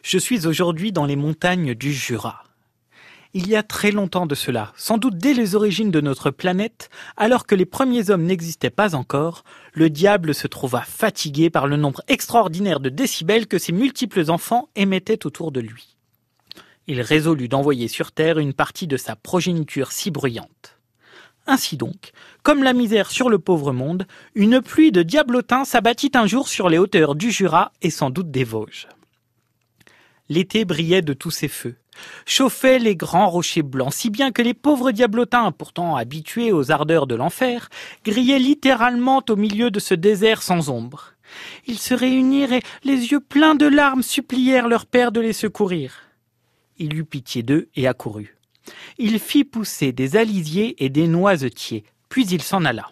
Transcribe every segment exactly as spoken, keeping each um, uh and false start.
Je suis aujourd'hui dans les montagnes du Jura. Il y a très longtemps de cela, sans doute dès les origines de notre planète, alors que les premiers hommes n'existaient pas encore, le diable se trouva fatigué par le nombre extraordinaire de décibels que ses multiples enfants émettaient autour de lui. Il résolut d'envoyer sur Terre une partie de sa progéniture si bruyante. Ainsi donc, comme la misère sur le pauvre monde, une pluie de diablotins s'abattit un jour sur les hauteurs du Jura et sans doute des Vosges. L'été brillait de tous ses feux, chauffait les grands rochers blancs, si bien que les pauvres diablotins, pourtant habitués aux ardeurs de l'enfer, grillaient littéralement au milieu de ce désert sans ombre. Ils se réunirent et, les yeux pleins de larmes, supplièrent leur père de les secourir. Il eut pitié d'eux et accourut. Il fit pousser des alisiers et des noisetiers, puis il s'en alla.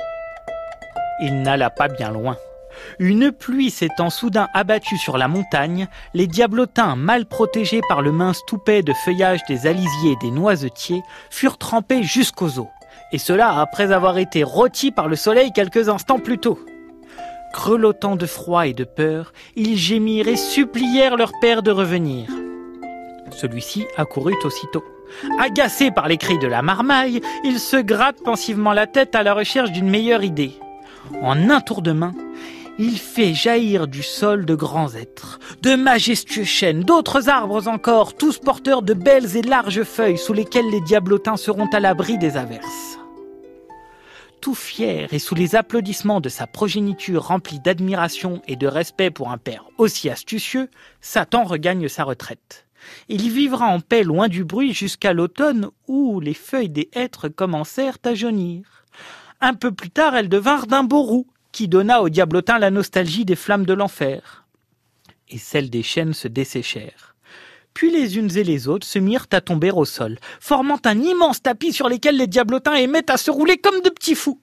Il n'alla pas bien loin. Une pluie s'étant soudain abattue sur la montagne, les diablotins, mal protégés par le mince toupet de feuillage des alisiers et des noisetiers, furent trempés jusqu'aux os, et cela après avoir été rôtis par le soleil quelques instants plus tôt. Grelottant de froid et de peur, ils gémirent et supplièrent leur père de revenir. Celui-ci accourut aussitôt. Agacé par les cris de la marmaille, il se gratte pensivement la tête à la recherche d'une meilleure idée. En un tour de main, il fait jaillir du sol de grands êtres, de majestueux chênes, d'autres arbres encore, tous porteurs de belles et larges feuilles sous lesquelles les diablotins seront à l'abri des averses. Tout fier et sous les applaudissements de sa progéniture remplie d'admiration et de respect pour un père aussi astucieux, Satan regagne sa retraite. Il vivra en paix loin du bruit jusqu'à l'automne où les feuilles des hêtres commencèrent à jaunir. Un peu plus tard, elles devinrent d'un beau roux, qui donna aux diablotins la nostalgie des flammes de l'enfer. Et celles des chênes se desséchèrent. Puis les unes et les autres se mirent à tomber au sol, formant un immense tapis sur lequel les diablotins aimaient à se rouler comme de petits fous.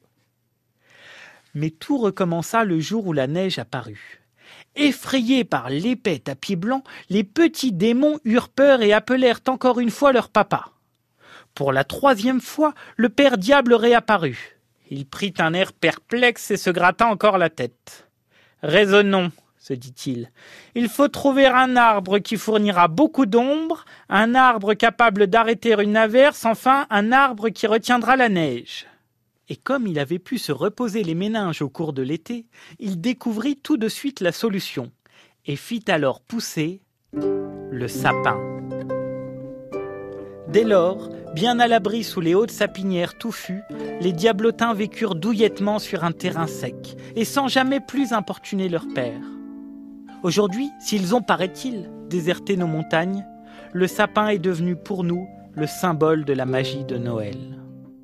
Mais tout recommença le jour où la neige apparut. Effrayés par l'épais tapis blanc, les petits démons eurent peur et appelèrent encore une fois leur papa. Pour la troisième fois, le père diable réapparut. Il prit un air perplexe et se gratta encore la tête. « Raisonnons, se dit-il. Il faut trouver un arbre qui fournira beaucoup d'ombre, un arbre capable d'arrêter une averse, enfin un arbre qui retiendra la neige. » Et comme il avait pu se reposer les méninges au cours de l'été, il découvrit tout de suite la solution et fit alors pousser le sapin. Dès lors, bien à l'abri sous les hautes sapinières touffues, les diablotins vécurent douillettement sur un terrain sec et sans jamais plus importuner leur père. Aujourd'hui, s'ils ont, paraît-il, déserté nos montagnes, le sapin est devenu pour nous le symbole de la magie de Noël.